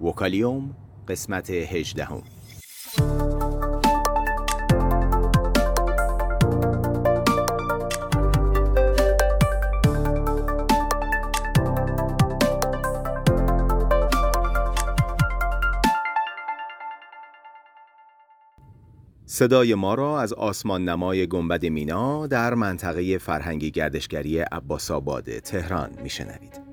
وکالیوم قسمت 18. صدای ما را از آسمان نمای گنبد مینا در منطقه فرهنگی گردشگری عباس‌آباد تهران میشنوید.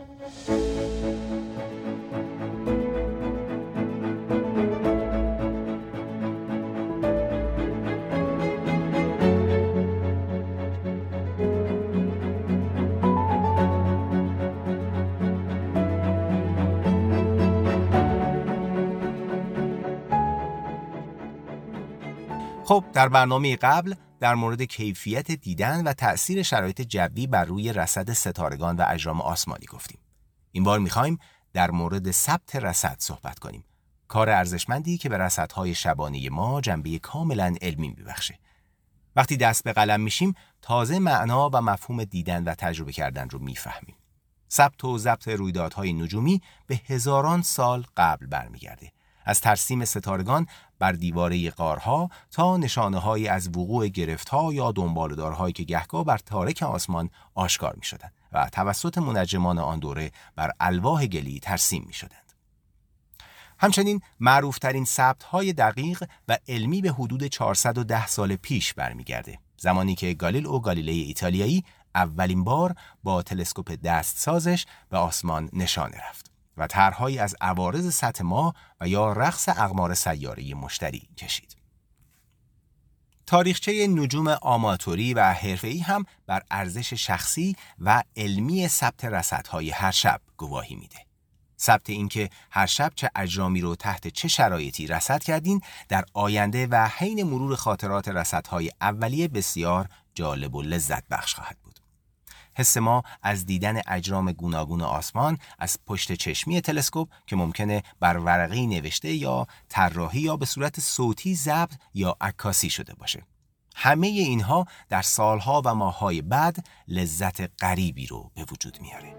خب در برنامه قبل در مورد کیفیت دیدن و تأثیر شرایط جوی بر روی رصد ستارگان و اجرام آسمانی گفتیم. این بار می‌خوایم در مورد ثبت رصد صحبت کنیم. کار ارزشمندی که به رصدهای شبانه ما جنبه کاملاً علمی می‌بخشه. وقتی دست به قلم میشیم تازه معنا و مفهوم دیدن و تجربه کردن رو می‌فهمیم. ثبت و ضبط رویدادهای نجومی به هزاران سال قبل برمیگرده. از ترسیم ستارگان بر دیواره غارها تا نشانه‌هایی از وقوع گرفت‌ها یا دنباله‌دارهایی که گهگاه بر تارک آسمان آشکار می‌شدند و توسط منجمان آن دوره بر الواح گلی ترسیم می‌شدند. همچنین معروف‌ترین ثبت‌های دقیق و علمی به حدود 410 سال پیش برمیگرده، زمانی که گالیلئو گالیلی ایتالیایی اولین بار با تلسکوپ دستسازش به آسمان نشانه رفت و طرح‌هایی از عوارض سطح ماه و یا رقص اقمار سیاره مشتری کشید. تاریخچه نجوم آماتوری و حرفه‌ای هم بر ارزش شخصی و علمی ثبت رصدهای هر شب گواهی میده. ثبت این که هر شب چه اجرامی رو تحت چه شرایطی رصد کردین در آینده و حین مرور خاطرات رصدهای اولیه بسیار جالب و لذت بخش خواهد بود. حس ما از دیدن اجرام گوناگون آسمان از پشت چشمی تلسکوپ که ممکنه بر ورقه‌ای نوشته یا طراحی یا به صورت صوتی ضبط یا عکاسی شده باشه. همه اینها در سالها و ماه‌های بعد لذت غریبی رو به وجود میاره.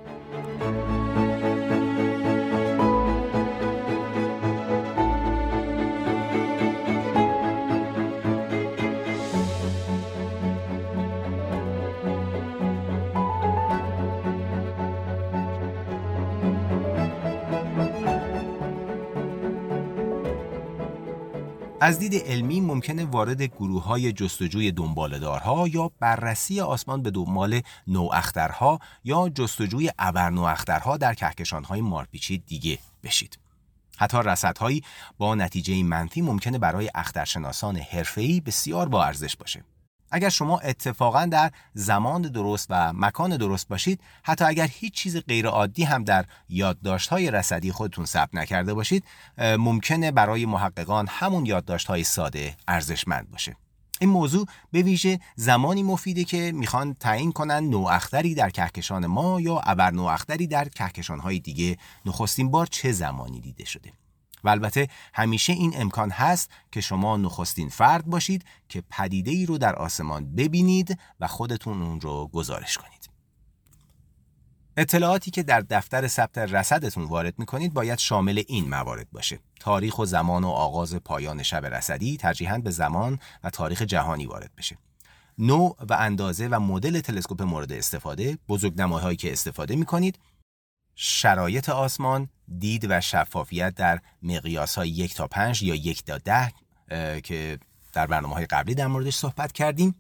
از دید علمی ممکنه وارد گروه‌های جستجوی دنباله‌دارها یا بررسی آسمان به دنبال نواخترها یا جستجوی ابرنواخترها در کهکشان‌های مارپیچی دیگه بشید. حتی رصدهایی با نتیجه منفی ممکنه برای اخترشناسان حرفه‌ای بسیار با ارزش باشه. اگر شما اتفاقاً در زمان درست و مکان درست باشید، حتی اگر هیچ چیز غیر عادی هم در یادداشت‌های رصدی خودتون ثبت نکرده باشید، ممکنه برای محققان همون یادداشت‌های ساده ارزشمند باشه. این موضوع به ویژه زمانی مفیده که میخوان تعیین کنن نواختری در کهکشان ما یا ابرنواختری در کهکشان‌های دیگه نخستین بار چه زمانی دیده شده. و البته همیشه این امکان هست که شما نخستین فرد باشید که پدیده‌ای رو در آسمان ببینید و خودتون اون رو گزارش کنید. اطلاعاتی که در دفتر ثبت رصدتون وارد می‌کنید باید شامل این موارد باشه: تاریخ و زمان و آغاز پایان شب رصدی، ترجیحاً به زمان و تاریخ جهانی وارد بشه. نوع و اندازه و مدل تلسکوپ مورد استفاده، بزرگنمای‌هایی که استفاده می‌کنید، شرایط آسمان، دید و شفافیت در مقیاس‌های 1 تا 5 یا 1 تا 10 که در برنامه‌های قبلی در موردش صحبت کردیم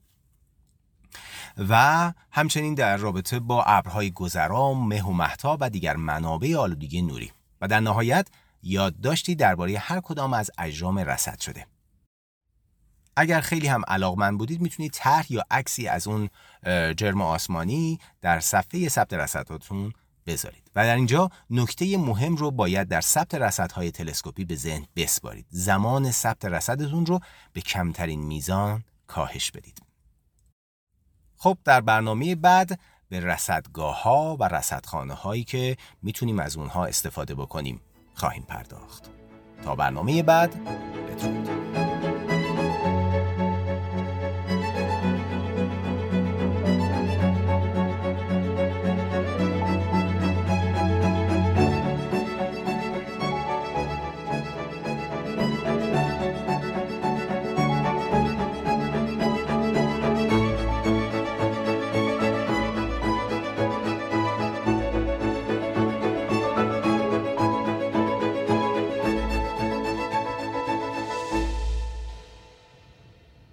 و همچنین در رابطه با ابرهای گذرا، مه و مهتاب و دیگر منابع آلودگی نوری و در نهایت یادداشتی درباره هر کدام از اجرام رصد شده. اگر خیلی هم علاقمند بودید میتونید طرح یا عکسی از اون جرم آسمانی در صفحه ثبت رصداتون بذارید. و در اینجا نکته مهم رو باید در ثبت رصدهای تلسکوپی به ذهن بسپارید: زمان ثبت رصدتون رو به کمترین میزان کاهش بدید. خب در برنامه بعد به رصدگاه‌ها و رصدخانه‌هایی که میتونیم از اونها استفاده بکنیم خواهیم پرداخت. تا برنامه بعد، بدرود.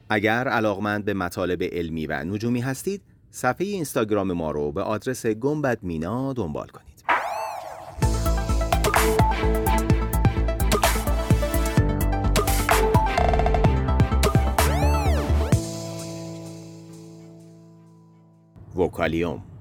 اگر علاقمند به مطالب علمی و نجومی هستید، صفحه اینستاگرام ما رو به آدرس گنبد مینا دنبال کنید. وکالیوم